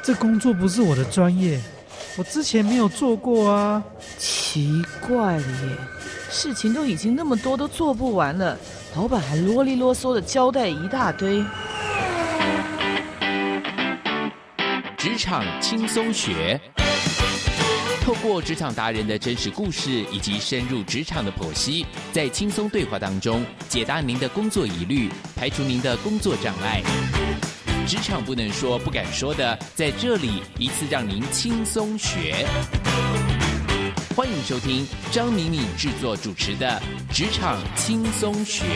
这工作不是我的专业，我之前没有做过啊。 奇怪了耶，事情都已经那么多，都做不完了，老板还啰里啰嗦的交代一大堆。 职场轻松学，透过职场达人的真实故事以及深入职场的剖析，在轻松对话当中解答您的工作疑虑，排除您的工作障碍。职场不能说不敢说的，在这里一次让您轻松学。欢迎收听张敏敏制作主持的《职场轻松学》。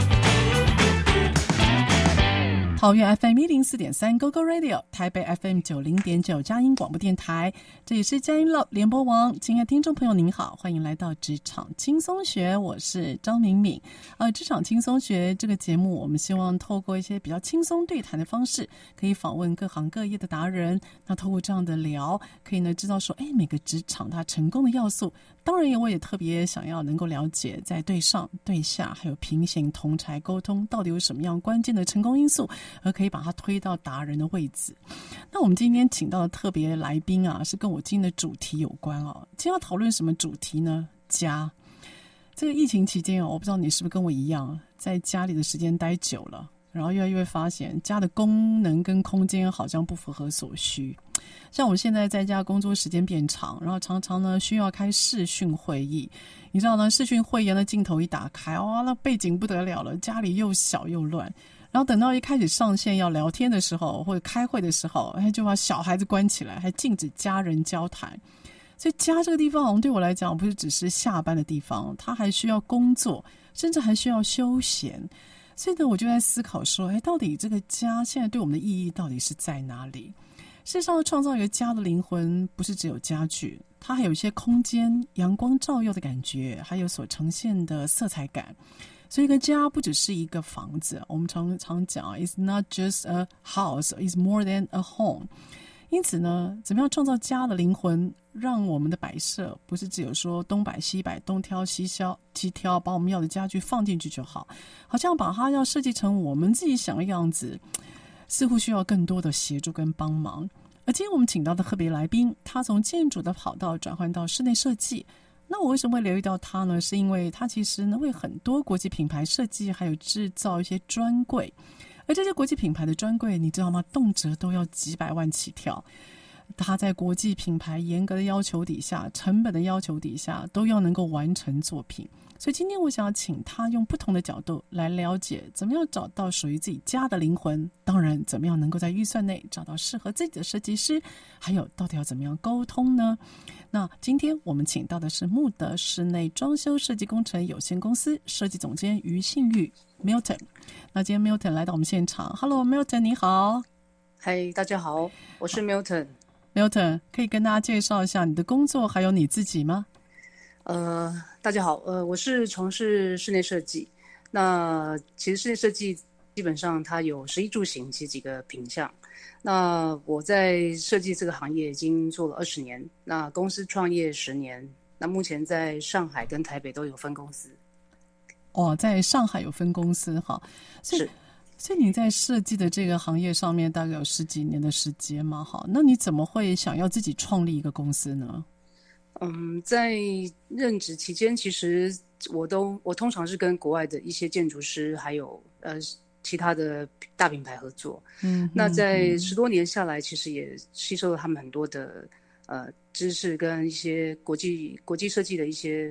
桃园 FM 104.3 GoGo Radio， 台北 FM 90.9佳音广播电台，这里是佳音联播网。亲爱的听众朋友您好，欢迎来到职场轻松学，我是张敏敏。职场轻松学这个节目，我们希望透过一些比较轻松对谈的方式，可以访问各行各业的达人，那透过这样的聊，可以呢知道说，每个职场它成功的要素。当然我也特别想要能够了解，在对上对下还有平行同侪沟通到底有什么样关键的成功因素，而可以把它推到达人的位置。那我们今天请到的特别来宾啊，是跟我今天的主题有关哦。今天要讨论什么主题呢？家。这个疫情期间我不知道你是不是跟我一样，在家里的时间待久了，然后越来越发现家的功能跟空间好像不符合所需。像我现在在家工作时间变长，然后常常呢需要开视讯会议。你知道呢，视讯会议的镜头一打开，哇，那背景不得了了，家里又小又乱。然后等到一开始上线要聊天的时候，或者开会的时候，就把小孩子关起来，还禁止家人交谈。所以家这个地方好像对我来讲不是只是下班的地方，它还需要工作，甚至还需要休闲。所以呢，我就在思考说，到底这个家现在对我们的意义到底是在哪里？事实上，创造一个家的灵魂不是只有家具，它还有一些空间、阳光照耀的感觉，还有所呈现的色彩感。所以一个家不只是一个房子，我们常讲 It's not just a house, it's more than a home。 因此呢，怎么样创造家的灵魂，让我们的摆设不是只有说东摆西摆，东挑西挑，把我们要的家具放进去就好，好像把它要设计成我们自己想的样子，似乎需要更多的协助跟帮忙。而今天我们请到的特别来宾，他从建筑的跑道转换到室内设计。那我为什么会留意到他呢？是因为他其实呢为很多国际品牌设计还有制造一些专柜，而这些国际品牌的专柜你知道吗，动辄都要几百万起跳。他在国际品牌严格的要求底下，成本的要求底下，都要能够完成作品。所以今天我想要请他用不同的角度来了解，怎么样找到属于自己家的灵魂，当然怎么样能够在预算内找到适合自己的设计师，还有到底要怎么样沟通呢？那今天我们请到的是慕德室内装修设计工程有限公司设计总监于信玉 Milton。 那今天 Milton 来到我们现场。 Hello Milton， 你好。 嗨，大家好，我是 Milton。 可以跟大家介绍一下你的工作还有你自己吗？ 大家好，我是从事室内设计。那其实室内设计基本上它有食衣住行这几个品项。那我在设计这个行业已经做了20年，那公司创业10年，那目前在上海跟台北都有分公司。 在上海有分公司哈。所以你在设计的这个行业上面大概有10几年的时间嘛，哈，那你怎么会想要自己创立一个公司呢？ 在任职期间，其实我通常是跟国外的一些建筑师还有其他的大品牌合作。那在10多年下来，其实也吸收了他们很多的知识跟一些国际设计的一些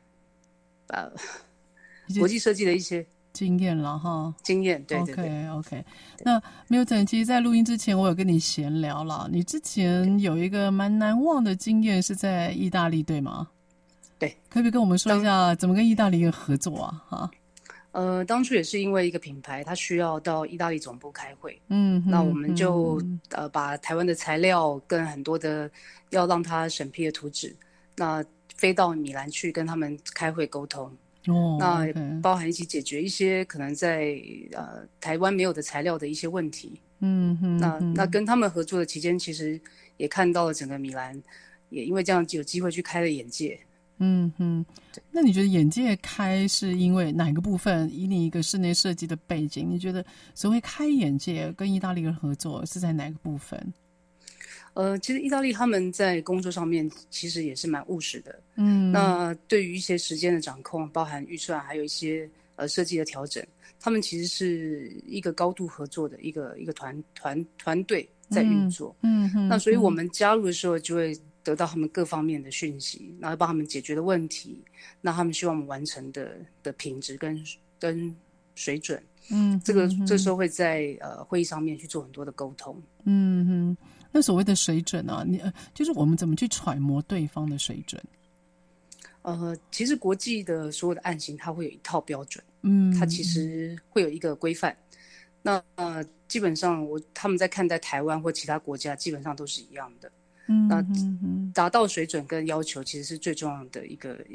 国际设计的一些经验了哈， 经验，对对对。 OK。那 Milton， 其实在录音之前我有跟你闲聊了，你之前有一个蛮难忘的经验是在意大利对吗？ 对， 可不可以跟我们说一下怎么跟意大利人合作啊？ 当初也是因为一个品牌他需要到意大利总部开会，那我们就把台湾的材料跟很多的要让他审批的图纸，那飞到米兰去跟他们开会沟通。那包含一起解决一些可能在台湾没有的材料的一些问题。那跟他们合作的期间，其实也看到了整个米兰，也因为这样有机会去开了眼界。 那你觉得眼界开是因为哪个部分？以你一个室内设计的背景，你觉得所谓开眼界跟意大利人合作是在哪个部分？ 其实意大利他们在工作上面其实也是蛮务实的。那对于一些时间的掌控，包含预算，还有一些设计的调整，他们其实是一个高度合作的一个团队在运作。那所以我们加入的时候，就会得到他们各方面的讯息，然后帮他们解决的问题，那他们希望我们完成的品质跟水准。这时候会在会议上面去做很多的沟通。 那所谓的水准啊，就是我们怎么去揣摩对方的水准？ 其实国际的所有的案型，它会有一套标准。它其实会有一个规范。那基本上他们在看待台湾或其他国家，基本上都是一样的。那达到水准跟要求，其实是最重要的一个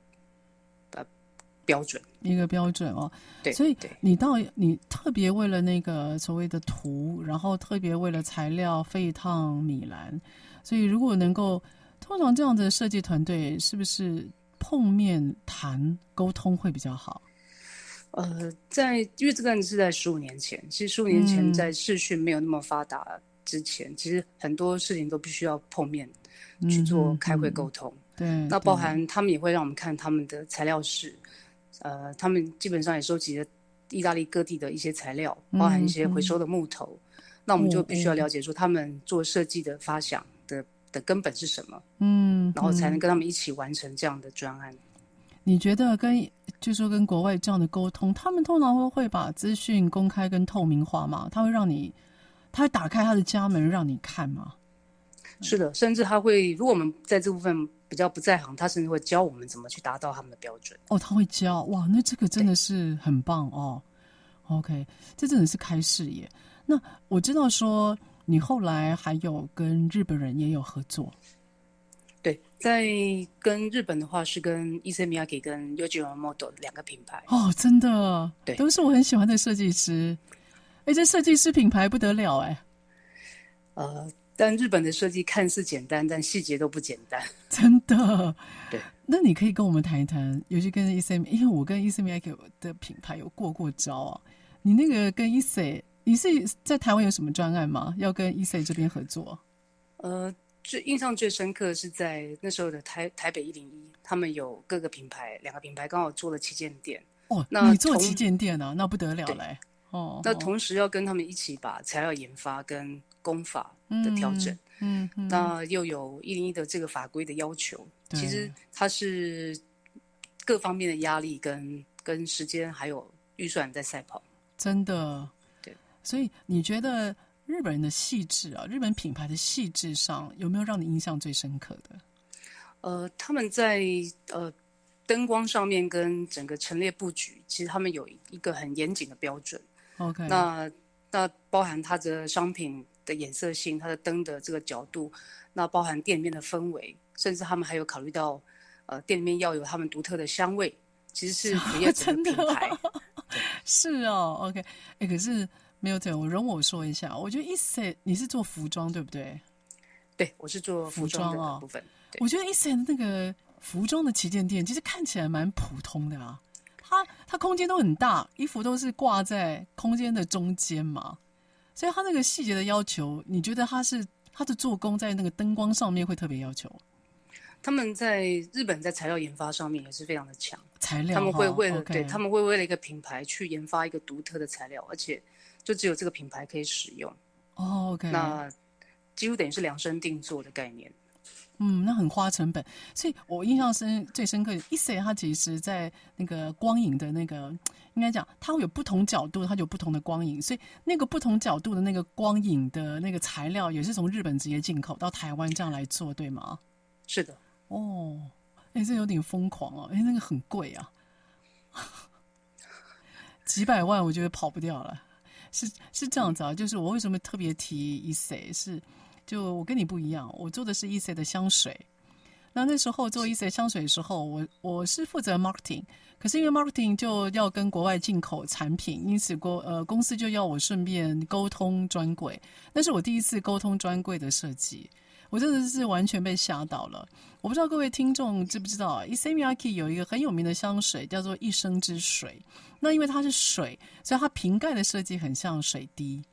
标准， 一个标准哦。 对， 所以你特别为了那个所谓的图，然后特别为了材料飞一趟米兰，所以如果能够，通常这样的设计团队是不是碰面谈沟通会比较好？ 因为这个案子是在15年前，其实15年前在视讯没有那么发达之前，其实很多事情都必须要碰面去做开会沟通。 对， 那包含他们也会让我们看他们的材料室。他们基本上也收集了意大利各地的一些材料，包含一些回收的木头。那我们就必须要了解说他们做设计的发想的根本是什么，然后才能跟他们一起完成这样的专案。 你觉得就说跟国外这样的沟通，他们通常会把资讯公开跟透明化吗？他会打开他的家门让你看吗？ 是的，甚至他会，如果我们在这部分比较不在行，他甚至会教我们怎么去达到他们的标准。 他会教，哇，那这个真的是很棒哦。OK， 这真的是开视野。那我知道说你后来还有跟日本人也有合作。 对，在跟日本的话是跟Issey Miyake跟 Yohji Yamamoto 两个品牌。 真的， 对， 都是我很喜欢的设计师。这设计师品牌不得了但日本的设计看似简单，但细节都不简单， 真的。 对， 那你可以跟我们谈一谈，尤其跟 Issey， 因为我跟 Issey Miyake 的品牌有过招啊。你那个跟 Issey， 你是在台湾有什么专案吗？要跟 Issey 这边合作？ 最印象最深刻是在那时候的台北101，他们有各个品牌，两个品牌刚好做了旗舰店。 那你做旗舰店啊，那不得了嘞。 那同时要跟他们一起把材料研发跟工法的调整。那又有101的这个法规的要求，其实它是各方面的压力跟时间还有预算在赛跑。 真的。 对， 所以你觉得日本人的细致啊，日本品牌的细致上有没有让你印象最深刻的？ 他们在灯光上面跟整个陈列布局，其实他们有一个很严谨的标准。 OK， 那包含它的商品的颜色性，它的灯的这个角度，那包含店里面的氛围，甚至他们还有考虑到店里面要有他们独特的香味，其实是体验整个品牌。 是哦 ，OK， 可是没有容我说一下，我觉得Issey你是做服装对不对？ 对，我是做服装的部分。 我觉得Issey的那个服装的旗舰店其实看起来蛮普通的啊。它空间都很大，衣服都是挂在空间的中间嘛，所以它那个细节的要求，你觉得它的做工在那个灯光上面会特别要求？ 他们在日本在材料研发上面也是非常的强， 材料他们会为了、 对， 他们会为了一个品牌去研发一个独特的材料，而且就只有这个品牌可以使用。 OK， 那几乎等于是量身定做的概念。 那很花成本，所以我印象最深刻的Issey，它其实在那个光影的那个，应该讲它会有不同角度，它有不同的光影，所以那个不同角度的那个光影的那个材料也是从日本直接进口到台湾这样来做，对吗？ 是的。 这有点疯狂哦，那个很贵啊，几百万我觉得跑不掉了。是这样子啊，就是我为什么特别提Issey是。就我跟你不一样，我做的是Issey的香水。那时候做Issey香水的时候，我是负责 marketing， 可是因为 marketing 就要跟国外进口产品，因此公司就要我顺便沟通专柜。那是我第一次沟通专柜的设计，我真的是完全被吓到了。我不知道各位听众知不知道Issey Miyake 有一个很有名的香水叫做一生之水。那因为它是水，所以它瓶盖的设计很像水滴。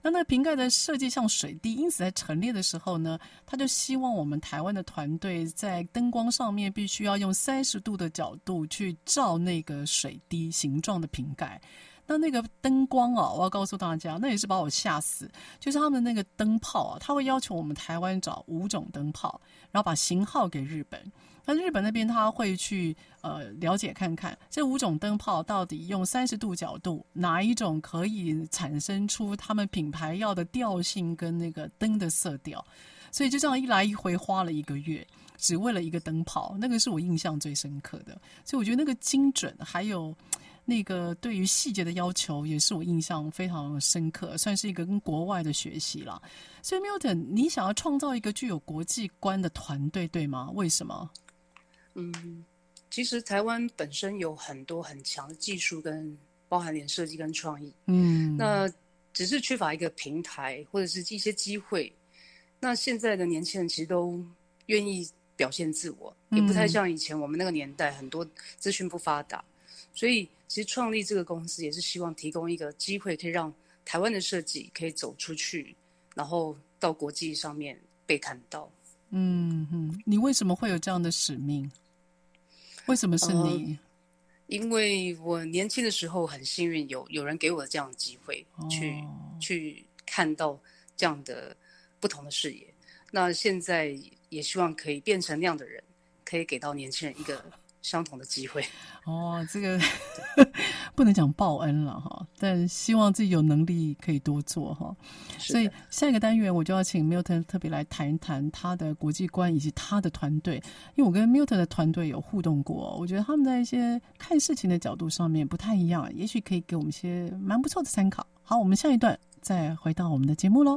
那个瓶盖的设计像水滴，因此在陈列的时候呢，他就希望我们台湾的团队在灯光上面必须要用30度的角度去照那个水滴形状的瓶盖。那个灯光啊，我要告诉大家，那也是把我吓死。就是他们那个灯泡啊，他会要求我们台湾找5种灯泡，然后把型号给日本。那日本那边他会去了解看看这5种灯泡到底用30度角度哪一种可以产生出他们品牌要的调性跟那个灯的色调。所以就这样一来一回花了1个月，只为了一个灯泡，那个是我印象最深刻的。所以我觉得那个精准还有那个对于细节的要求也是我印象非常深刻，算是一个跟国外的学习啦。所以 Milton， 你想要创造一个具有国际观的团队，对吗？为什么？ 其实台湾本身有很多很强的技术跟包含连设计跟创意，那只是缺乏一个平台或者是一些机会。那现在的年轻人其实都愿意表现自我，也不太像以前我们那个年代很多资讯不发达，所以其实创立这个公司也是希望提供一个机会，可以让台湾的设计可以走出去，然后到国际上面被看到。 你为什么会有这样的使命？为什么是你？ 因为我年轻的时候很幸运有人给我这样的机会，去看到这样的不同的视野。那现在也希望可以变成那样的人，可以给到年轻人一个相同的机会。 这个不能讲报恩了哈，但希望自己有能力可以多做哈。所以下一个单元我就要请 Milton 特别来谈一谈他的国际观以及他的团队，因为我跟 Milton 的团队有互动过，我觉得他们在一些看事情的角度上面不太一样，也许可以给我们一些蛮不错的参考。好，我们下一段再回到我们的节目咯。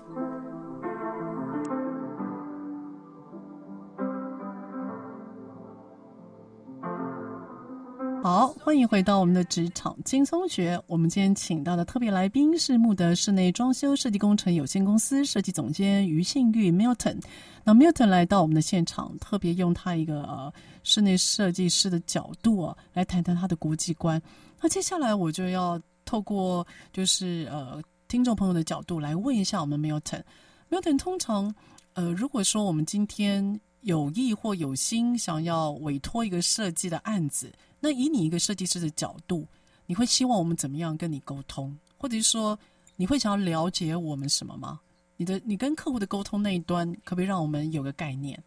好，欢迎回到我们的职场轻松学。我们今天请到的特别来宾是慕德室内装修设计工程有限公司设计总监于信玉 Milton。那 Milton 来到我们的现场，特别用他一个室内设计师的角度来谈谈他的国际观。那接下来我就要透过就是听众朋友的角度来问一下我们 Milton。Milton 通常如果说我们今天有意或有心想要委托一个设计的案子，那以你一个设计师的角度，你会希望我们怎么样跟你沟通，或者是说你会想要了解我们什么吗？你跟客户的沟通那一端可不可以让我们有个概念？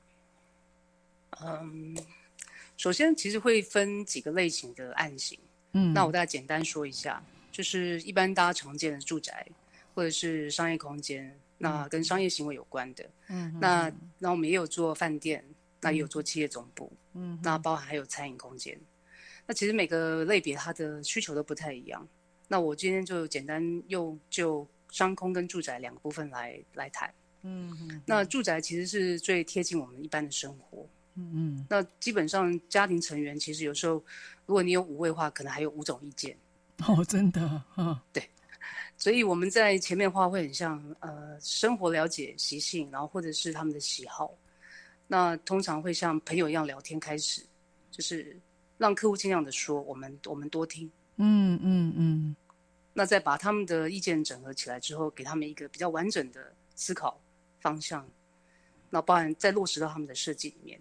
首先其实会分几个类型的案型，那我大概简单说一下，就是一般大家常见的住宅或者是商业空间，那跟商业行为有关的，那我们也有做饭店，那也有做企业总部，那包含还有餐饮空间。那其实每个类别它的需求都不太一样。那我今天就简单就商空跟住宅2个部分来谈。那住宅其实是最贴近我们一般的生活。那基本上家庭成员其实有时候，如果你有5位的话，可能还有5种意见。 真的， 对。所以我们在前面的话会很像生活了解习性，然后或者是他们的喜好。那通常会像朋友一样聊天开始，就是让客户尽量的说，我们多听。那再把他们的意见整合起来之后，给他们一个比较完整的思考方向，那包含再落实到他们的设计里面。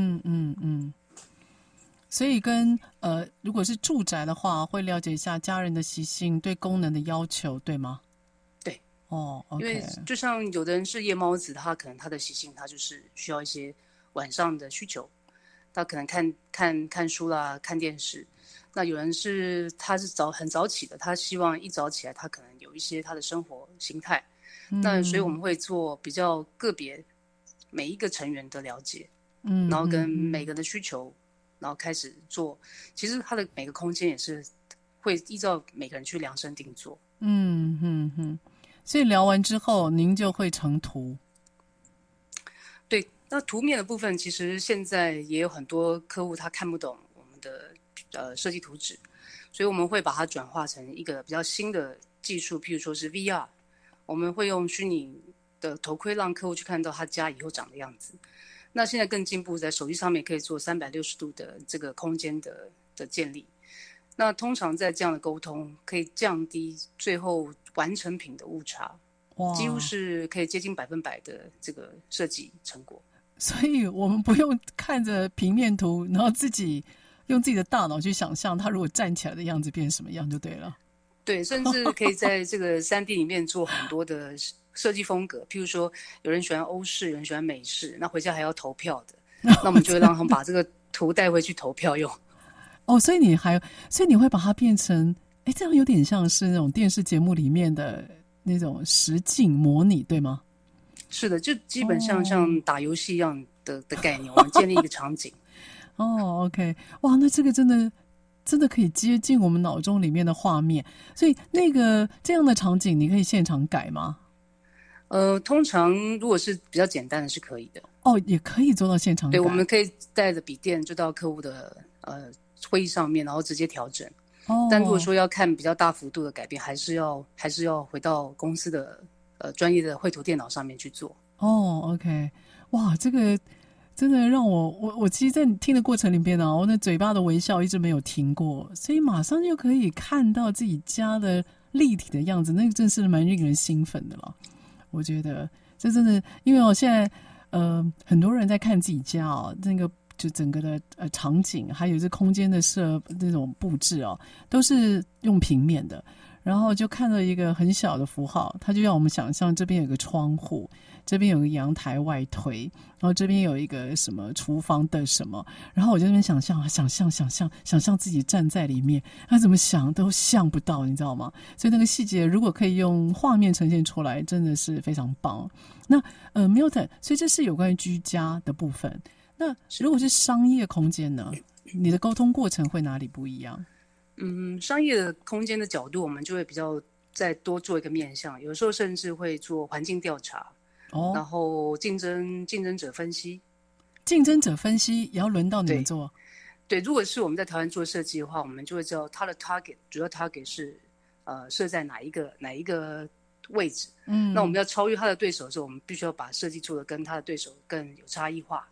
所以如果是住宅的话，会了解一下家人的习性，对功能的要求，对吗？对。 因为就像有的人是夜猫子，他可能他的习性，他就是需要一些晚上的需求，他可能看书啦，看电视。那有人他是很早起的，他希望一早起来，他可能有一些他的生活形态。那所以我们会做比较个别每一个成员的了解，然后跟每个人的需求，然后开始做。其实他的每个空间也是会依照每个人去量身定做。 所以聊完之后，您就会成图。 对，那图面的部分，其实现在也有很多客户他看不懂我们的设计图纸，所以我们会把它转化成一个比较新的技术，譬如说是 VR， 我们会用虚拟的头盔让客户去看到他家以后长的样子。那现在更进步，在手机上面可以做360度的这个空间的建立。那通常在这样的沟通，可以降低最后完成品的误差， 几乎是可以接近100%的这个设计成果。 所以我们不用看着平面图，然后自己用自己的大脑去想象它如果站起来的样子变成什么样就对了。 对，甚至可以在这个3D 里面做很多的设计风格，譬如说有人喜欢欧式，有人喜欢美式，那回家还要投票的，那我们就会让他们把这个图带回去投票用。 哦，所以你会把它变成，这样有点像是那种电视节目里面的那种实境模拟，对吗？ 是的，就基本上像打游戏一样的概念，我们建立一个场景。 哦 ，OK， 哇，那这个真的可以接近我们脑中里面的画面，所以这样的场景你可以现场改吗？ 通常如果是比较简单的是可以的。 哦，也可以做到现场改。 对，我们可以带着笔电就到客户的会议上面，然后直接调整。哦。但如果说要看比较大幅度的改变，还是要回到公司的专业的绘图电脑上面去做。 哦 ，OK， 哇，这个真的让我其实在听的过程里边呢，我那嘴巴的微笑一直没有停过，所以马上就可以看到自己家的立体的样子，那个真是蛮令人兴奋的了。我觉得这真的，因为我现在很多人在看自己家那个就整个的场景，还有这空间的那种布置都是用平面的，然后就看到一个很小的符号，它就让我们想象这边有个窗户，这边有个阳台外推，然后这边有一个什么厨房的什么，然后我就在那边想象自己站在里面，怎么想都想不到，你知道吗？所以那个细节如果可以用画面呈现出来，真的是非常棒。那Milton， 所以这是有关于居家的部分。那如果是商业空间呢？你的沟通过程会哪里不一样？ 商业的空间的角度，我们就会比较再多做一个面向，有时候甚至会做环境调查，然后竞争者分析。竞争者分析也要轮到你们做？ 对，如果是我们在台湾做设计的话，我们就会知道它的 target 主要 target 是设在哪一个位置。那我们要超越他的对手的时候，我们必须要把设计做得跟他的对手更有差异化。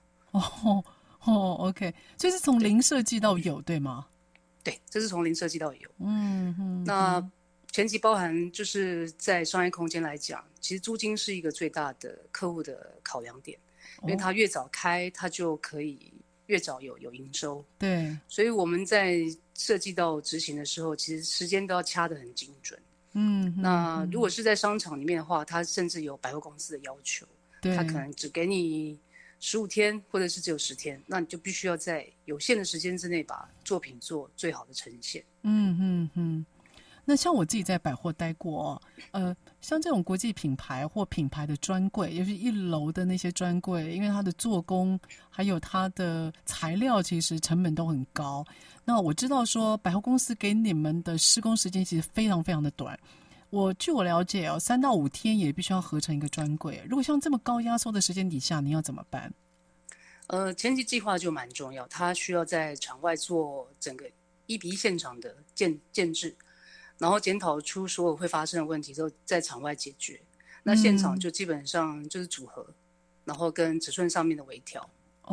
OK， 所以是从零设计到有，对吗？ 对，这是从零设计到有。那前期包含就是在商业空间来讲，其实租金是一个最大的客户的考量点，因为他越早开，他就可以越早有营收。 对， 所以我们在设计到执行的时候，其实时间都要掐得很精准。那如果是在商场里面的话，他甚至有百货公司的要求，他可能只给你15天，或者是只有10天，那你就必须要在有限的时间之内把作品做最好的呈现。 那像我自己在百货待过像这种国际品牌或品牌的专柜，尤其1楼的那些专柜，因为它的做工还有它的材料其实成本都很高。那我知道说百货公司给你们的施工时间其实非常非常的短，据我了解3到5天也必须要合成一个专柜。如果像这么高压缩的时间底下，你要怎么办？ 前期计划就蛮重要，它需要在场外做整个1:1现场的建制，然后检讨出所有会发生的问题之后，在场外解决。那现场就基本上就是组合，然后跟尺寸上面的微调。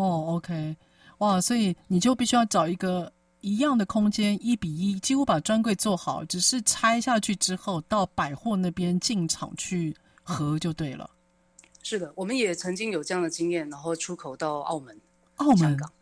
OK， 哇，所以你就必须要找一个一样的空间1:1，几乎把专柜做好，只是拆下去之后到百货那边进场去合就对了。 是的，我们也曾经有这样的经验，然后出口到澳门、香港。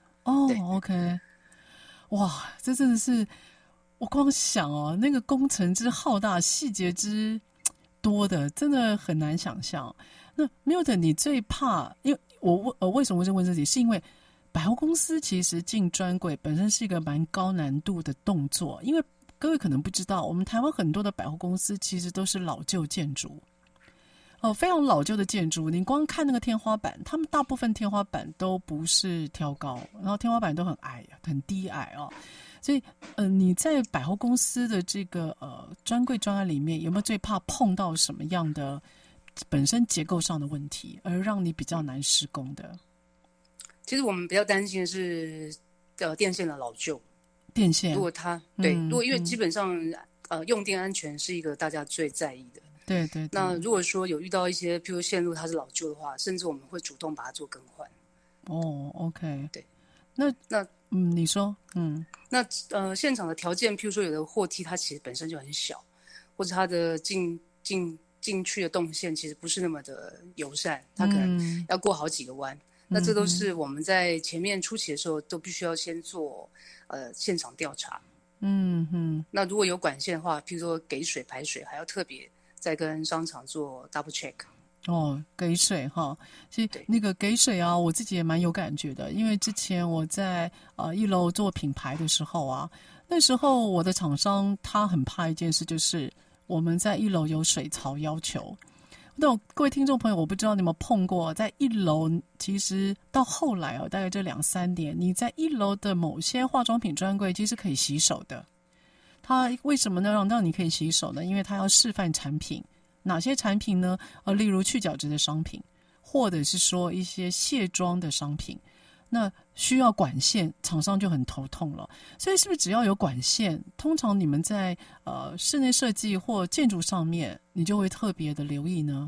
OK， 哇，这真的是我光想那个工程之浩大，细节之多的，真的很难想象。那 Milton， 你最怕，因为我为什么会问这题，是因为百货公司其实进专柜本身是一个蛮高难度的动作，因为各位可能不知道，我们台湾很多的百货公司其实都是老旧建筑。非常老旧的建筑，你光看那个天花板，他们大部分天花板都不是挑高，然后天花板都很矮，很低矮所以你在百货公司的这个专柜专案里面，有没有最怕碰到什么样的本身结构上的问题，而让你比较难施工的？ 其实我们比较担心的是电线的老旧。 电线， 如果如果因为基本上用电安全是一个大家最在意的。 对。 那如果说有遇到一些譬如线路它是老旧的话，甚至我们会主动把它做更换。 OK。 对。 那你说那现场的条件，譬如说有的货梯它其实本身就很小，或者它的进进去的动线其实不是那么的友善，它可能要过好几个弯。那这都是我们在前面初期的时候都必须要先做现场调查。那如果有管线的话，譬如说给水排水，还要特别再跟商场做 double check。 给水哈，其实那个给水啊，我自己也蛮有感觉的，因为之前我在1楼做品牌的时候啊，那时候我的厂商他很怕一件事，就是我们在1楼有水槽要求。那各位听众朋友，我不知道你有没有碰过，在1楼其实到后来大概这2-3年，你在1楼的某些化妆品专柜其实可以洗手的。它为什么呢？让你可以洗手呢？因为它要示范产品，哪些产品呢？例如去角质的商品，或者是说一些卸妆的商品。那需要管线，厂商就很头痛了。所以是不是只要有管线，通常你们在室内设计或建筑上面，你就会特别的留意呢？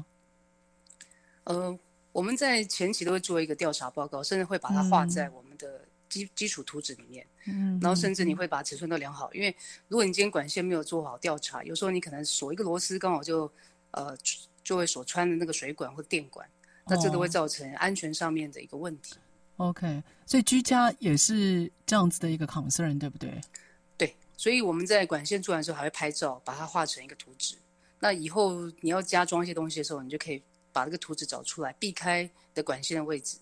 我们在前期都会做一个调查报告，甚至会把它画在我们的基础图纸里面。然后甚至你会把尺寸都量好，因为如果你今天管线没有做好调查，有时候你可能锁一个螺丝刚好就会锁穿的那个水管或电管，那这都会造成安全上面的一个问题。 OK， 所以居家也是这样子的一个 concern， 对不对？ 对，所以我们在管线做完的时候还会拍照，把它画成一个图纸。那以后你要加装一些东西的时候，你就可以把这个图纸找出来，避开的管线的位置。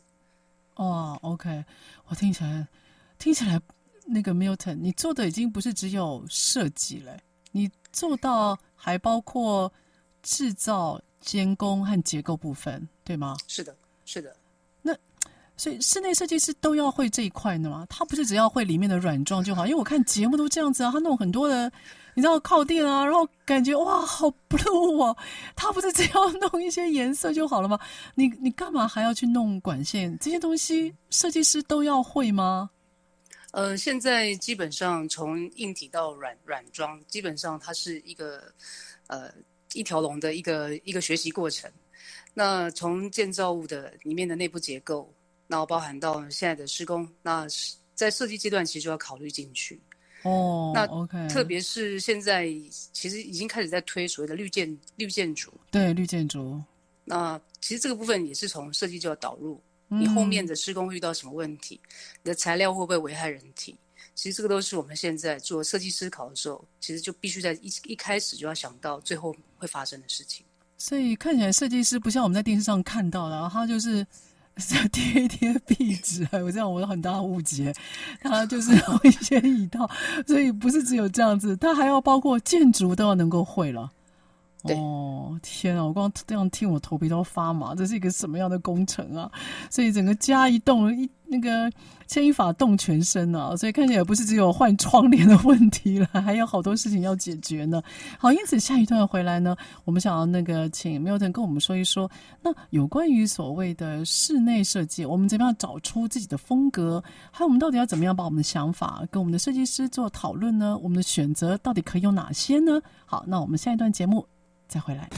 OK， 我听起来那个 Milton， 你做的已经不是只有设计了，你做到还包括制造、监工和结构部分，对吗？ 是的。 所以室内设计师都要会这一块呢吗？他不是只要会里面的软装就好，因为我看节目都这样子啊，他弄很多的，你知道靠垫啊，然后感觉哇好 blue 哦，他不是只要弄一些颜色就好了吗？你干嘛还要去弄管线？这些东西设计师都要会吗？ 现在基本上从硬体到软装，基本上它是一个一条龙的一个学习过程。那从建造物的里面的内部结构，然后包含到现在的施工，那在设计阶段其实就要考虑进去。那 OK， 特别是现在其实已经开始在推所谓的绿建筑。 对，绿建筑。 那其实这个部分也是从设计就要导入，你后面的施工会遇到什么问题，你的材料会不会危害人体，其实这个都是我们现在做设计思考的时候，其实就必须在一开始就要想到最后会发生的事情。所以看起来设计师不像我们在电视上看到的，他就是贴一贴壁纸，我这样我有很大的误解，他就是会先一套，所以不是只有这样子，他还要包括建筑都要能够会了。天啊，我光这样听我头皮都发麻，这是一个什么样的工程啊？所以整个家一动那个牵一发动全身啊，所以看起来不是只有换窗帘的问题了，还有好多事情要解决呢。好，因此下一段回来呢，我们想要请 Milton 跟我们说一说，那有关于所谓的室内设计，我们怎么样找出自己的风格，还有我们到底要怎么样把我们的想法跟我们的设计师做讨论呢？我们的选择到底可以有哪些呢？好，那我们下一段节目再回来。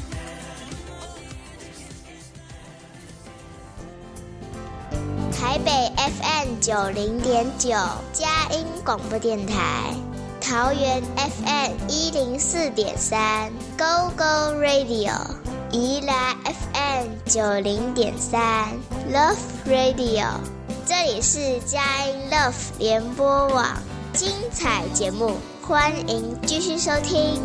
台北 FM 90.9佳音广播电台，桃园 FM 104.3 Go Go Radio， 宜兰 FM 90.3 Love Radio， 这里是佳音 Love 联播网，精彩节目，欢迎继续收听。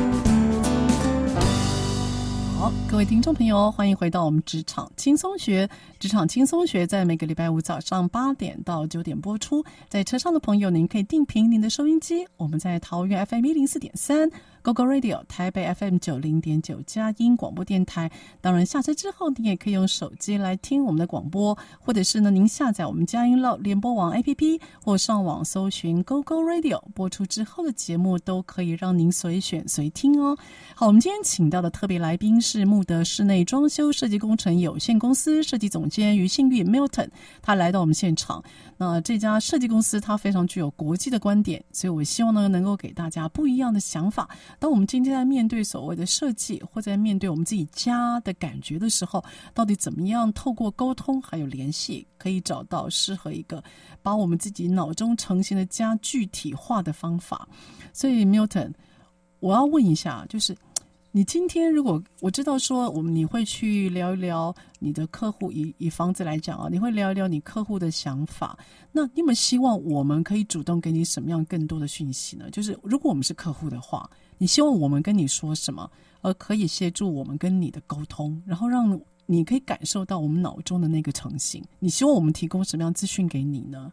好，各位听众朋友，欢迎回到我们职场轻松学。职场轻松学在每个礼拜五早上8点到9点播出。在车上的朋友，您可以定频您的收音机，我们在桃园 FM 104.3 Go Go Radio， 台北 FM 90.9佳音广播电台。当然下车之后，你也可以用手机来听我们的广播，或者是呢，您下载我们佳音联播网 APP， 或上网搜寻 Go Go Radio， 播出之后的节目都可以让您随选随听哦。好，我们今天请到的特别来宾是慕德室内装修设计工程有限公司设计总监于信玉 Milton， 他来到我们现场。那这家设计公司它非常具有国际的观点，所以我希望呢能够给大家不一样的想法。当我们今天在面对所谓的设计，或在面对我们自己家的感觉的时候，到底怎么样透过沟通还有联系，可以找到适合一个把我们自己脑中成型的家具体化的方法。所以 Milton， 我要问一下，就是你今天如果我知道说你会去聊一聊你的客户，以房子来讲啊，你会聊一聊你客户的想法，那你们希望我们可以主动给你什么样更多的讯息呢？就是如果我们是客户的话，你希望我们跟你说什么，而可以协助我们跟你的沟通，然后让你可以感受到我们脑中的那个成型，你希望我们提供什么样资讯给你呢？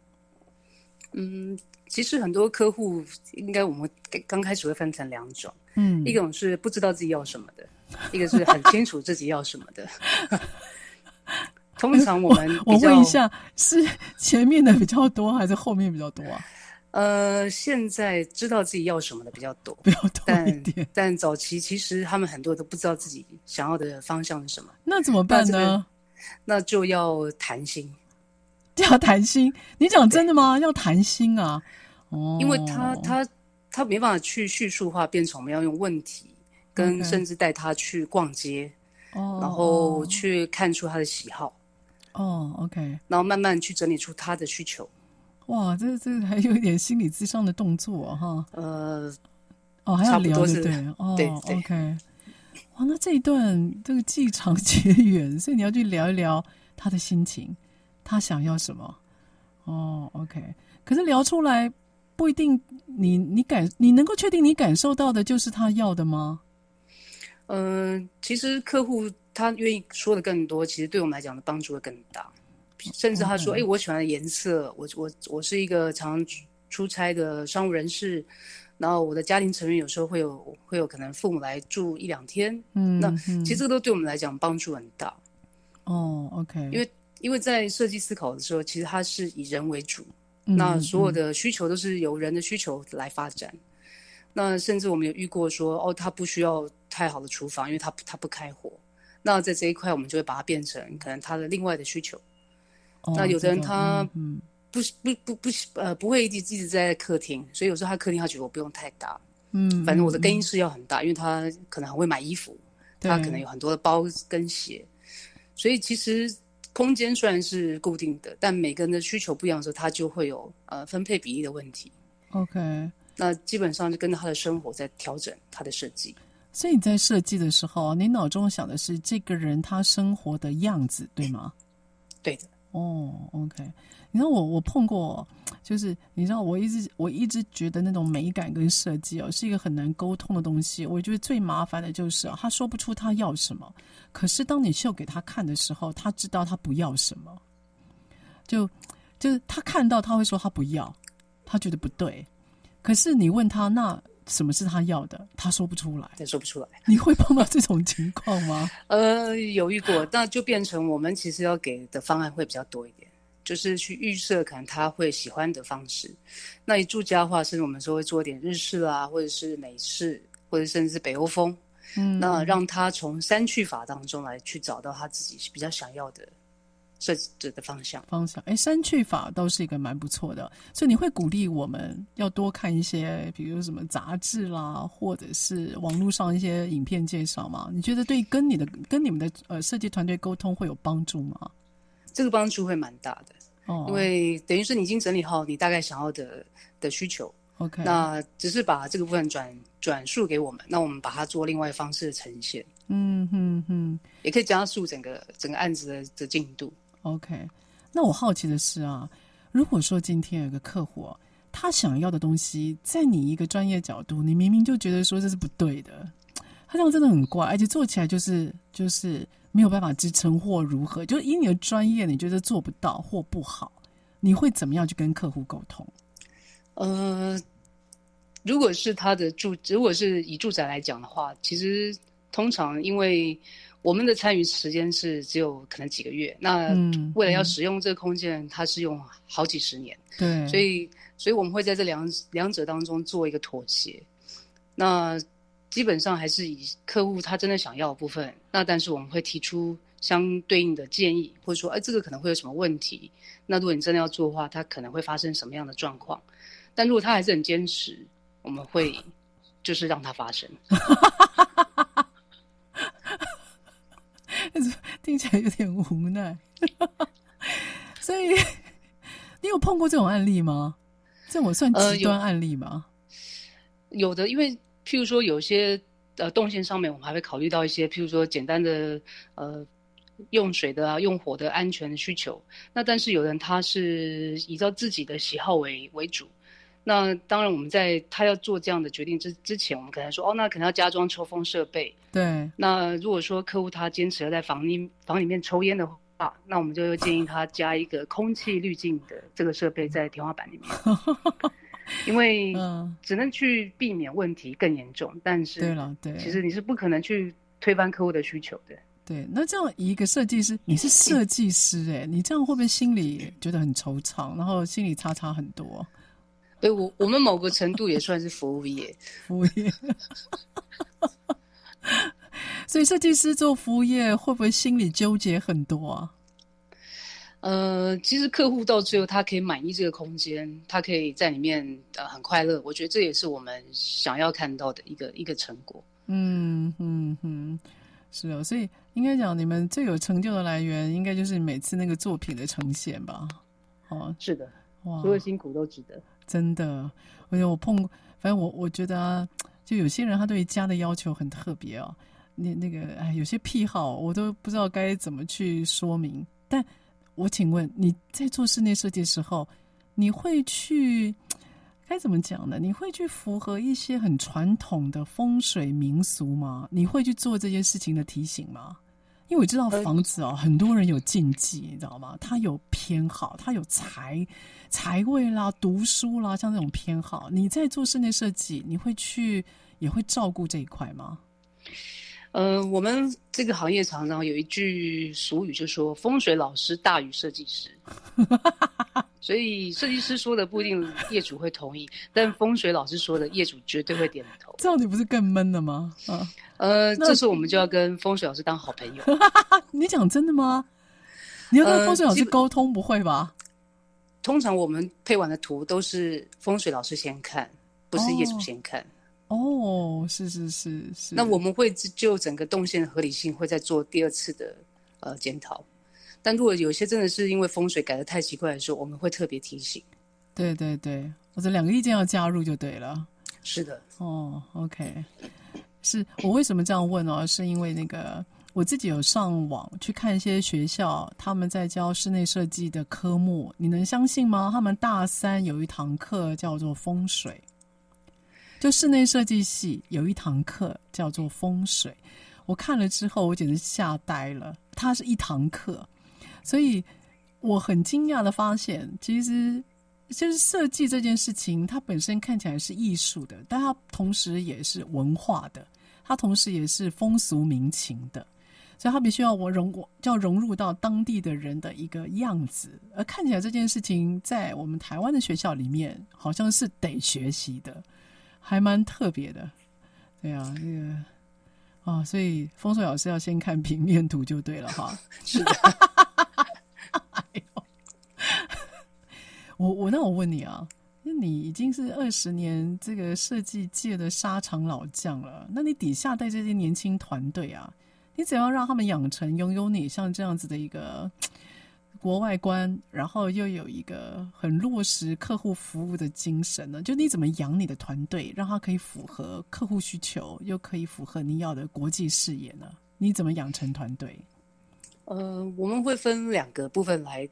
其实很多客户应该我们刚开始会分成2种，一种是不知道自己要什么的，一个是很清楚自己要什么的。通常我们我问一下，是前面的比较多还是后面比较多啊？ 现在知道自己要什么的比较多， 一点， 但早期其实他们很多都不知道自己想要的方向是什么。那怎么办呢？ 那就要谈心。 要谈心？你讲真的吗？要谈心啊？ 因为他没办法去叙述化，变成我们要用问题，跟甚至带他去逛街，然后去看出他的喜好。 OK， 然后慢慢去整理出他的需求。 哇，这还有一点心理咨商的动作哈。还要聊对不对？ 对 ，OK。哇，那这一段这个既长且远，所以你要去聊一聊他的心情，他想要什么。OK。可是聊出来不一定你能够确定你感受到的就是他要的吗？ 其实客户他愿意说的更多，其实对我们来讲的帮助会更大。甚至他说：“我喜欢的颜色，我是一个常出差的商务人士，然后我的家庭成员有时候会有可能父母来住1-2天。那其实这个都对我们来讲帮助很大。 OK。 因为在设计思考的时候，其实它是以人为主。那所有的需求都是由人的需求来发展。那甚至我们有遇过说，他不需要太好的厨房，因为他不开火。那在这一块，我们就会把它变成可能他的另外的需求。那有的人他不会一直在客厅，所以有时候他客厅他觉得我不用太大。反正我的更衣室要很大，因为他可能很会买衣服，他可能有很多的包跟鞋，所以其实空间虽然是固定的，但每个人的需求不一样的时候，他就会有分配比例的问题。 OK， 那基本上就跟着他的生活在调整他的设计。 所以你在设计的时候，你脑中想的是这个人他生活的样子，对吗？ 对的。 OK。你知道我碰过，就是你知道我一直觉得那种美感跟设计是一个很难沟通的东西。我觉得最麻烦的就是他说不出他要什么，可是当你秀给他看的时候，他知道他不要什么，就是他看到他会说他不要，他觉得不对，可是你问他那什么是他要的，他说不出来。你会碰到这种情况吗？ 有遇过，那就变成我们其实要给的方案会比较多一点，就是去预设可能他会喜欢的方式。那以住家的话，甚至我们说会做一点日式啊，或者是美式，或者甚至是北欧风。那让他从3去法当中来去找到他自己比较想要的设计的方向。 3去法都是一个蛮不错的，所以你会鼓励我们要多看一些，比如什么杂志啦，或者是网络上一些影片介绍吗？你觉得对跟你们的设计团队沟通会有帮助吗？ 这个帮助会蛮大的，因为等于是你已经整理好你大概想要的需求。 OK， 那只是把这个部分转述给我们，那我们把它做另外方式的呈现。也可以加速整个案子的进度。 OK， 那我好奇的是如果说今天有个客户他想要的东西，在你一个专业角度，你明明就觉得说这是不对的，他这样真的很怪，而且做起来就是没有办法支撑或如何，就是以你的专业，你觉得做不到或不好，你会怎么样去跟客户沟通？ 如果是如果是以住宅来讲的话，其实通常因为我们的参与时间是只有可能几个月，那为了要使用这个空间，它是用好几十年。 对， 所以我们会在这两者当中做一个妥协。那基本上还是以客户他真的想要的部分，那但是我们会提出相对应的建议，或者说这个可能会有什么问题，那如果你真的要做的话，它可能会发生什么样的状况。但如果他还是很坚持，我们会就是让它发生。 听起来有点无奈。所以你有碰过这种案例吗？这我算极端案例吗？ 有的，因为譬如说有些动线上面，我们还会考虑到一些，譬如说简单的用水的用火的安全的需求。那但是有人他是依照自己的喜好为主。那当然，我们在他要做这样的决定之前，我们可能说，那可能要加装抽风设备。 对。那如果说客户他坚持要在房里面抽烟的话，那我们就建议他加一个空气滤镜的这个设备在天花板里面，因为只能去避免问题更严重，但是对，其实你是不可能去推翻客户的需求的。 对，那这样一个设计师，你是设计师你这样会不会心里觉得很惆怅，然后心里差很多？ 对，我们某个程度也算是服务业。 服务业。所以设计师做服务业会不会心里纠结很多啊？ 其实客户到最后他可以满意这个空间，他可以在里面很快乐，我觉得这也是我们想要看到的一个成果。 是哦，所以应该讲你们最有成就的来源应该就是每次那个作品的呈现吧？ 是的，所有辛苦都值得。 真的，反正我觉得就有些人他对于家的要求很特别哦。那个有些癖好我都不知道该怎么去说明。但我请问你在做室内设计的时候，你会去该怎么讲呢？你会去符合一些很传统的风水民俗吗？你会去做这件事情的提醒吗？因为我知道房子很多人有禁忌，你知道吗？他有偏好，他有财位啦、读书啦，像这种偏好。你在做室内设计，你会也会照顾这一块吗？ 我们这个行业常常有一句俗语，就说风水老师大于设计师。所以设计师说的不一定业主会同意，但风水老师说的业主绝对会点头。 这样你不是更闷了吗？ 这时候我们就要跟风水老师当好朋友。 你讲真的吗？你要跟风水老师沟通，不会吧？ 通常我们配完的图都是风水老师先看，不是业主先看。 是。 那我们会就整个动线的合理性会再做第二次的检讨。但如果有些真的是因为风水改得太奇怪的时候，我们会特别提醒。 对，或者两个意见要加入就对了。 是的。 OK。是我为什么这样问是因为那个我自己有上网去看一些学校他们在教室内设计的科目，你能相信吗？他们大三有一堂课叫做风水，就室内设计系有一堂课叫做风水。我看了之后我简直吓呆了，它是一堂课。所以我很惊讶的发现，其实就是设计这件事情它本身看起来是艺术的，但它同时也是文化的，它同时也是风俗民情的，所以它必须要融入到当地的人的一个样子。而看起来这件事情在我们台湾的学校里面好像是得学习的，还蛮特别的。对啊，所以风水老师要先看平面图就对了哈。 是的。 我问你啊，你已经是20年这个设计界的沙场老将了，那你底下带这些年轻团队啊，你怎样让他们养成拥有你像这样子的一个国外观，然后又有一个很落实客户服务的精神呢？就你怎么养你的团队，让他可以符合客户需求，又可以符合你要的国际视野呢？你怎么养成团队？ 我们会分2个部分来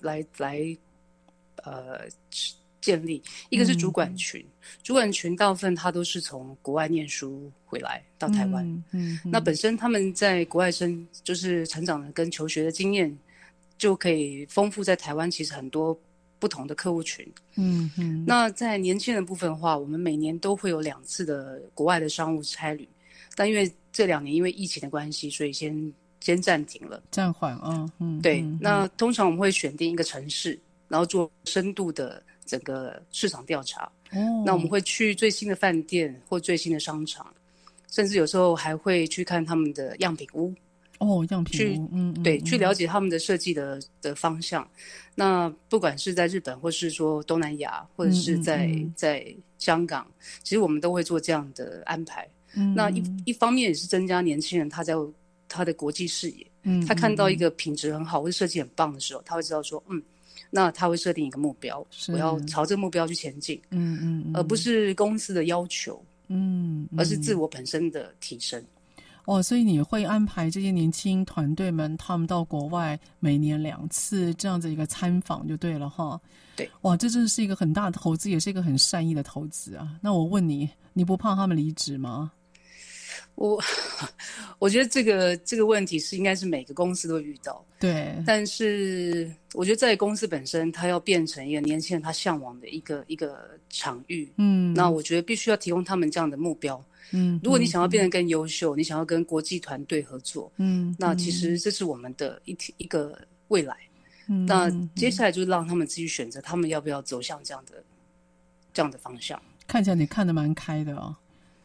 建立。一个是主管群，主管群大部分他都是从国外念书回来到台湾，那本身他们在国外就是成长的跟求学的经验，就可以丰富在台湾其实很多不同的客户群。那在年轻人部分的话，我们每年都会有2次的国外的商务差旅，但因为这2年因为疫情的关系，所以先暂停了， 暂缓对。那通常我们会选定一个城市，然后做深度的整个市场调查。那我们会去最新的饭店或最新的商场，甚至有时候还会去看他们的样品屋。 样品屋， 对，去了解他们的设计的方向。那不管是在日本，或是说东南亚，或者是在香港，其实我们都会做这样的安排。那一方面也是增加年轻人他的国际视野。他看到一个品质很好或者设计很棒的时候，他会知道说，那他会设定一个目标，我要朝这个目标去前进，而不是公司的要求。 而是自我本身的提升。 所以你会安排这些年轻团队们，他们到国外每年2次这样子一个参访就对了哈。 对， 哇，这真是一个很大的投资，也是一个很善意的投资啊。那我问你，你不怕他们离职吗？ 我觉得这个问题应该是每个公司都会遇到。 对， 但是我觉得在公司本身，它要变成一个年轻人他向往的一个场域。那我觉得必须要提供他们这样的目标。如果你想要变得更优秀，你想要跟国际团队合作，那其实这是我们的一个未来。那接下来就是让他们自己选择，他们要不要走向这样的方向。 看起来你看得蛮开的哦。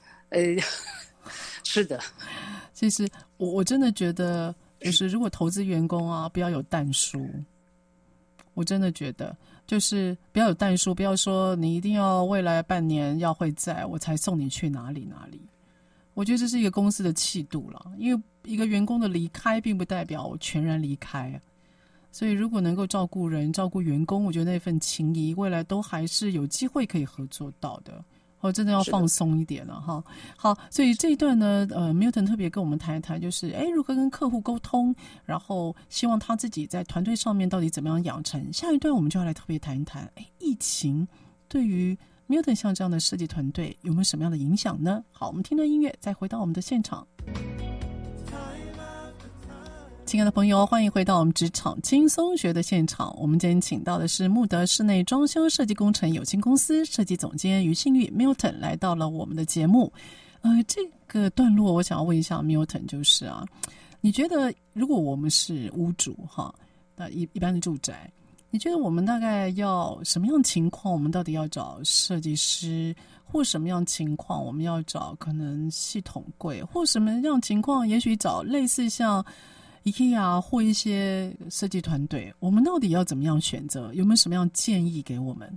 是的， 其实我真的觉得，就是如果投资员工啊，不要有但书。我真的觉得，就是不要有但书，不要说你一定要未来半年要会在我才送你去哪里哪里。我觉得这是一个公司的气度了，因为一个员工的离开，并不代表我全然离开啊。所以如果能够照顾人、照顾员工，我觉得那份情谊，未来都还是有机会可以合作到的。真的要放松一点了哈。好，所以这一段呢，Milton 特别跟我们谈一谈，就是如何跟客户沟通，然后希望他自己在团队上面到底怎么样养成。下一段我们就要来特别谈一谈，疫情对于 Milton 像这样的设计团队有没有什么样的影响呢？好，我们听段音乐，再回到我们的现场。亲爱的朋友，欢迎回到我们职场轻松学的现场。我们今天请到的是慕德室内装修设计工程有限公司设计总监于信玉 Milton 来到了我们的节目。这个段落我想要问一下 Milton， 就是你觉得如果我们是屋主哈，那一般的住宅，你觉得我们大概要什么样情况，我们到底要找设计师，或什么样情况我们要找可能系统柜，或什么样情况也许找类似像IKEA 或一些设计团队，我们到底要怎么样选择？有没有什么样建议给我们？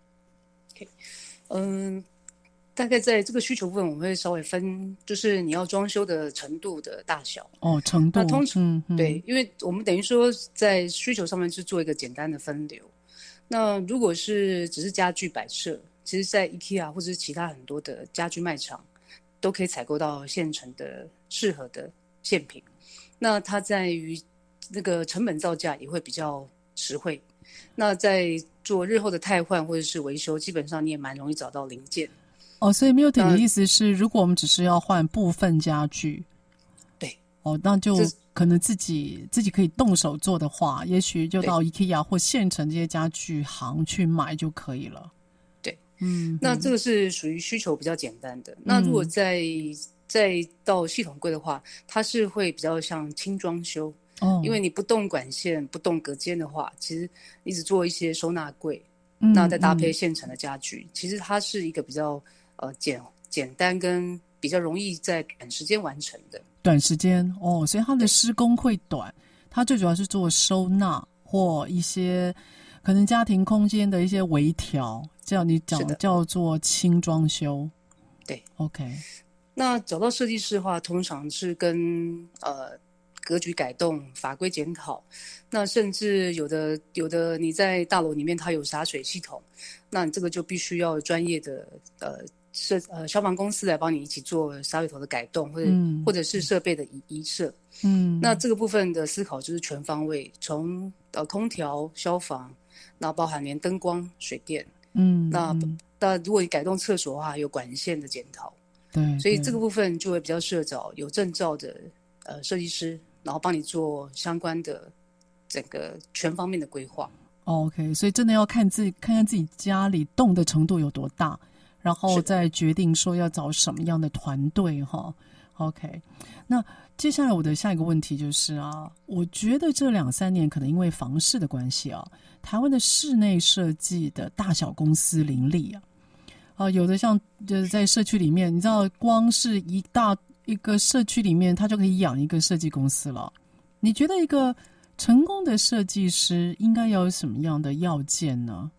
大概在这个需求部分，我们会稍微分，就是你要装修的程度的大小。 程度。 那通常对，因为我们等于说在需求上面是做一个简单的分流。那如果是只是家具摆设，其实在 IKEA 或者是其他很多的家具卖场，都可以采购到现成的适合的现品。那它在于那个成本造价也会比较实惠。那在做日后的汰换或者是维修，基本上你也蛮容易找到零件。 所以 Milton 的意思是，如果我们只是要换部分家具， 对， 那就可能自己可以动手做的话，也许就到 IKEA 或现成这些家具行去买就可以了。 对，那这个是属于需求比较简单的。那如果再到系统柜的话，它是会比较像轻装修。因为你不动管线不动隔间的话，其实你只做一些收纳柜，那再搭配现成的家具，其实它是一个比较简单跟比较容易在短时间完成的。 短时间所以它的施工会短，它最主要是做收纳或一些可能家庭空间的一些微调，这样你讲叫做轻装修。 对 ，OK。 那找到设计师的话，通常是跟格局改动、法规检讨，那甚至有的你在大楼里面它有洒水系统，那你这个就必须要专业的消防公司来帮你一起做洒水头的改动，或者是设备的移设。那这个部分的思考就是全方位，从空调、消防，那包含连灯光、水电。那如果你改动厕所的话，有管线的检讨。 对， 所以这个部分就会比较适合找有证照的设计师，然后帮你做相关的整个全方面的规划。 OK， 所以真的要看看自己家里动的程度有多大，然后再决定说要找什么样的团队哈。OK， 那接下来我的下一个问题就是我觉得这2-3年可能因为房市的关系台湾的室内设计的大小公司林立有的像就是在社区里面，你知道光是一个社区里面，它就可以养一个设计公司了。你觉得一个成功的设计师应该要有什么样的要件呢？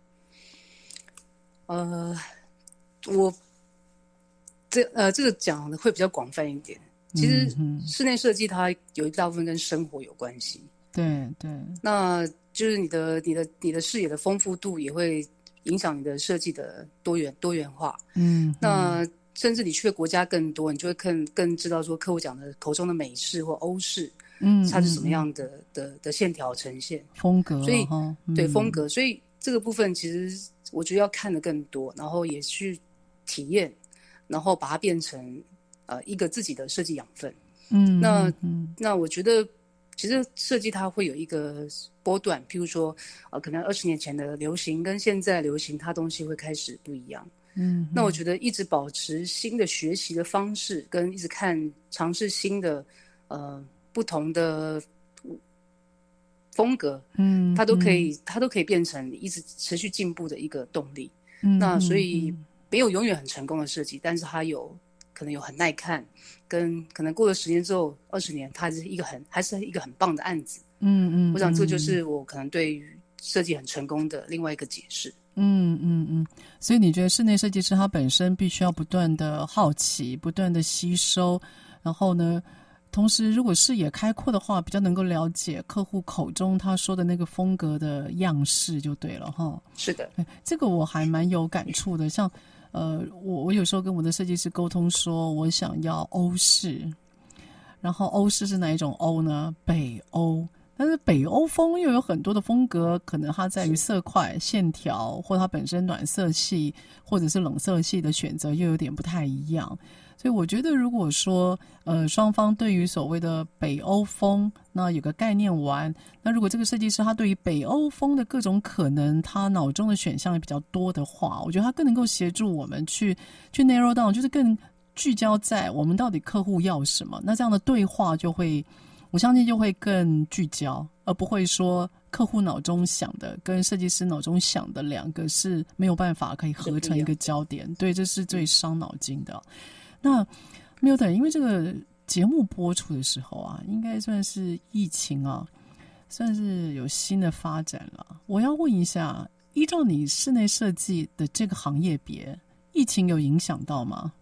这个讲的会比较广泛一点。其实室内设计它有一大部分跟生活有关系。 对， 那就是你的视野的丰富度也会影响你的设计的多元化。那甚至你去的国家更多，你就会更知道说客户讲的口中的美式或欧式，它是什么样的线条呈现风格， 所以对风格，所以这个部分其实我觉得要看的更多，然后也去体验，然后把它变成一个自己的设计养分。那我觉得其实设计它会有一个波段，譬如说可能20年前的流行跟现在流行，它东西会开始不一样。那我觉得一直保持新的学习的方式，跟一直尝试新的不同的风格，它都可以变成一直持续进步的一个动力。那所以没有永远很成功的设计，但是它可能有很耐看，跟可能过了10年之后20年，它还是一个很棒的案子。我想这就是我可能对于设计很成功的另外一个解释。 所以你觉得室内设计师他本身必须要不断的好奇，不断的吸收，然后呢同时如果视野开阔的话，比较能够了解客户口中他说的那个风格的样式就对了齁。 是的， 这个我还蛮有感触的。像我有时候跟我的设计师沟通说我想要欧式，然后欧式是哪一种欧呢？北欧。但是北欧风又有很多的风格，可能它在于色块、线条，或它本身暖色系或者是冷色系的选择又有点不太一样。所以我觉得如果说双方对于所谓的北欧风那有个概念完，那如果这个设计师他对于北欧风的各种可能他脑中的选项也比较多的话，我觉得他更能够协助我们去 narrow down， 就是更聚焦在我们到底客户要什么。那这样的对话我相信就会更聚焦，而不会说客户脑中想的跟设计师脑中想的两个是没有办法可以合成一个焦点。对，这是最伤脑筋的。那Milton，因为这个节目播出的时候啊，应该算是疫情啊，算是有新的发展了。我要问一下，依照你室内设计的这个行业别，疫情有影响到吗？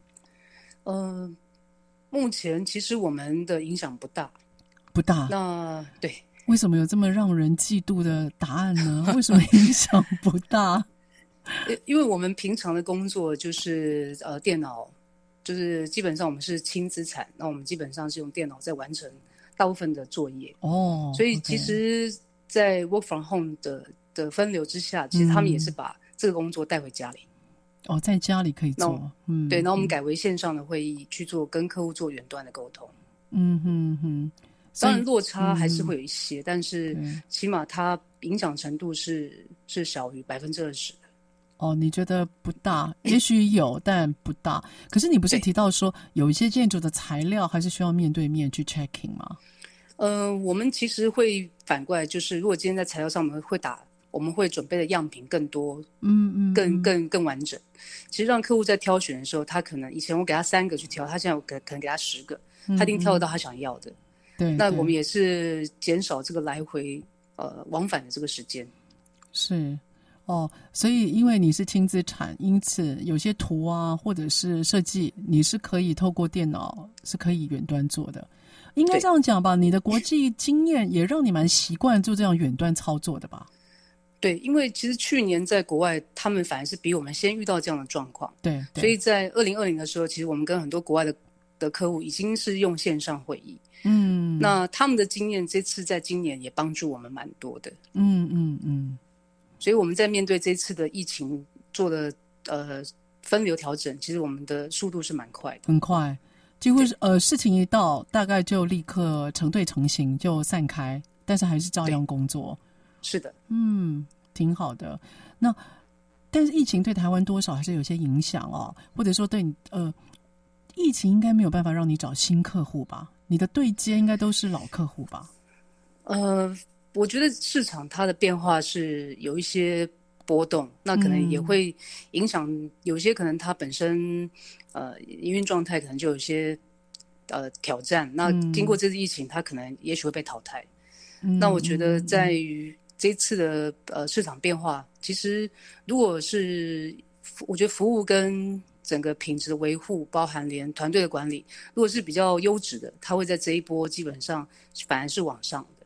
目前其实我们的影响不大。 不大？ 那对， 为什么有这么让人嫉妒的答案呢？为什么影响不大？ 因为我们平常的工作就是电脑，就是基本上我们是轻资产，那我们基本上是用电脑在完成大部分的作业。所以其实在 work from home 的分流之下，其实他们也是把这个工作带回家里。在家里可以做。 对，然后我们改为线上的会议去跟客户做远端的沟通。当然落差还是会有一些，但是起码它影响程度是小于20%的。 你觉得不大？也许有，但不大。可是你不是提到说有一些建筑的材料还是需要面对面去 checking 吗？ 我们其实会反过来，就是如果今天在材料上我们会准备的样品更多，更完整。其实让客户在挑选的时候，他可能以前我给他3个去挑，他现在我可能给他10个，他一定挑得到他想要的。 对， 那我们也是减少这个来回往返的这个时间。 是所以因为你是轻资产，因此有些图啊或者是设计，你是可以透过电脑是可以远端做的。应该这样讲吧，你的国际经验也让你蛮习惯做这样远端操作的吧？ 对，因为其实去年在国外，他们反而是比我们先遇到这样的状况。 对， 所以在2020的时候，其实我们跟很多国外的客户已经是用线上会议。那他们的经验这次在今年也帮助我们蛮多的。所以我们在面对这次的疫情做的分流调整，其实我们的速度是蛮快的， 很快，几乎是事情一到，大概就立刻成队成型就散开，但是还是照样工作。 是的， 挺好的。那但是疫情对台湾多少还是有些影响或者说对你疫情应该没有办法让你找新客户吧？你的对接应该都是老客户吧？ 我觉得市场它的变化是有一些波动，那可能也会影响，有些可能它本身营运状态可能就有一些挑战，那经过这次疫情，它可能也许会被淘汰。那我觉得在于这次的市场变化，其实如果是我觉得服务跟整个品质的维护，包含连团队的管理，如果是比较优质的，它会在这一波基本上反而是往上的。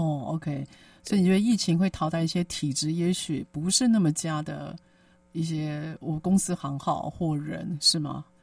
OK， 所以你觉得疫情会淘汰一些体质也许不是那么佳的一些公司行号或人，是吗？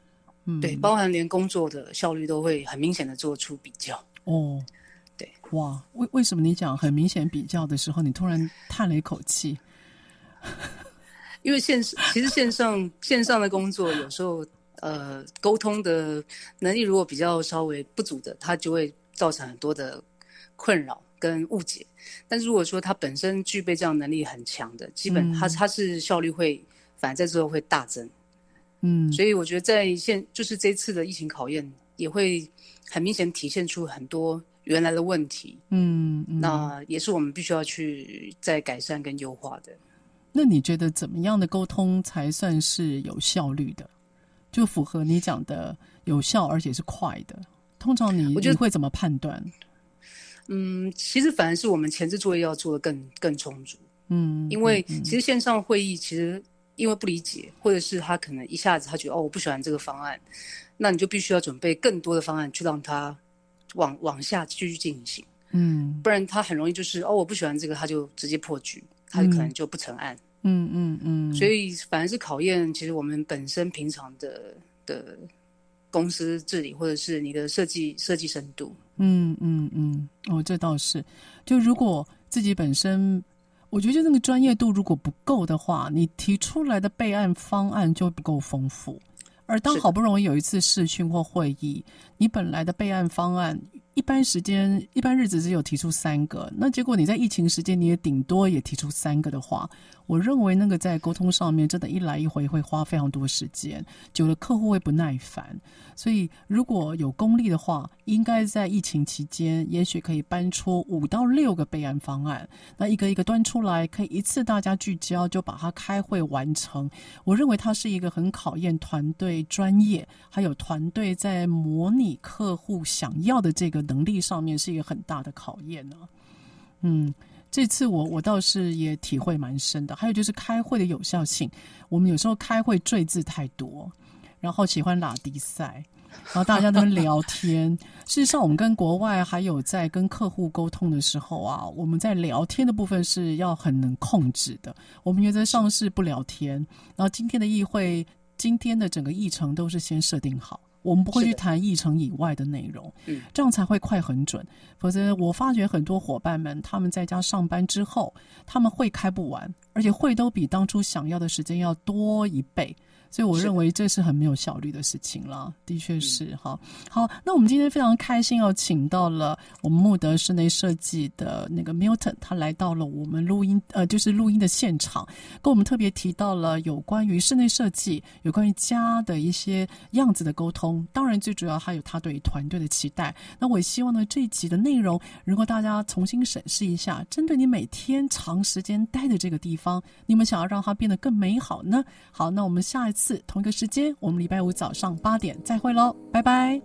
对，包含连工作的效率都会很明显的做出比较。 哦， 对， 哇，为什么你讲很明显比较的时候，你突然叹了一口气？ 因为其实线上的工作有时候沟通的能力如果比较稍微不足的，它就会造成很多的困扰跟误解。但是如果说他本身具备这样能力很强的，基本他是效率会反而在之后会大增。所以我觉得在就是这次的疫情考验也会很明显体现出很多原来的问题。那也是我们必须要去再改善跟优化的。 那你觉得怎么样的沟通才算是有效率的，就符合你讲的有效而且是快的？通常你会怎么判断？ 其实反而是我们前置作业要做得更充足。因为其实线上会议其实因为不理解，或者是他可能一下子他觉得我不喜欢这个方案，那你就必须要准备更多的方案去让他往下继续进行。不然他很容易就是我不喜欢这个，他就直接破局，他可能就不成案。所以反而是考验其实我们本身平常的公司治理，或者是你的设计深度。 这倒是。就如果自己本身，我觉得那个专业度如果不够的话，你提出来的备案方案就不够丰富。而当好不容易有一次视讯或会议，你本来的备案方案一般日子只有提出3个，那结果你在疫情时间你也顶多也提出3个的话，我认为那个在沟通上面真的一来一回会花非常多时间，久了客户会不耐烦。所以如果有功力的话，应该在疫情期间也许可以搬出5到6个备案方案，那一个一个端出来，可以一次大家聚焦就把它开会完成。我认为它是一个很考验团队专业还有团队在模拟客户想要的这个能力上面是一个很大的考验呢。这次我倒是也体会蛮深的。还有就是开会的有效性，我们有时候开会赘字太多，然后喜欢拉低赛，然后大家都聊天。事实上我们跟国外还有在跟客户沟通的时候啊，我们在聊天的部分是要很能控制的。我们原则上是不聊天，然后今天的议会，今天的整个议程都是先设定好，我们不会去谈议程以外的内容，这样才会快很准。否则我发觉很多伙伴们他们在家上班之后，他们会开不完，而且会都比当初想要的时间要多1倍。所以我认为这是很没有效率的事情啦，的确是。好，那我们今天非常开心请到了我们慕德室内设计的那个 Milton， 他来到了我们就是录音的现场，跟我们特别提到了有关于室内设计，有关于家的一些样子的沟通，当然最主要还有他对于团队的期待。那我也希望呢，这一集的内容如果大家重新审视一下，针对你每天长时间待的这个地方，你们想要让它变得更美好呢？好，那我们下一次同一个时间，我们礼拜5早上8点再会咯，拜拜。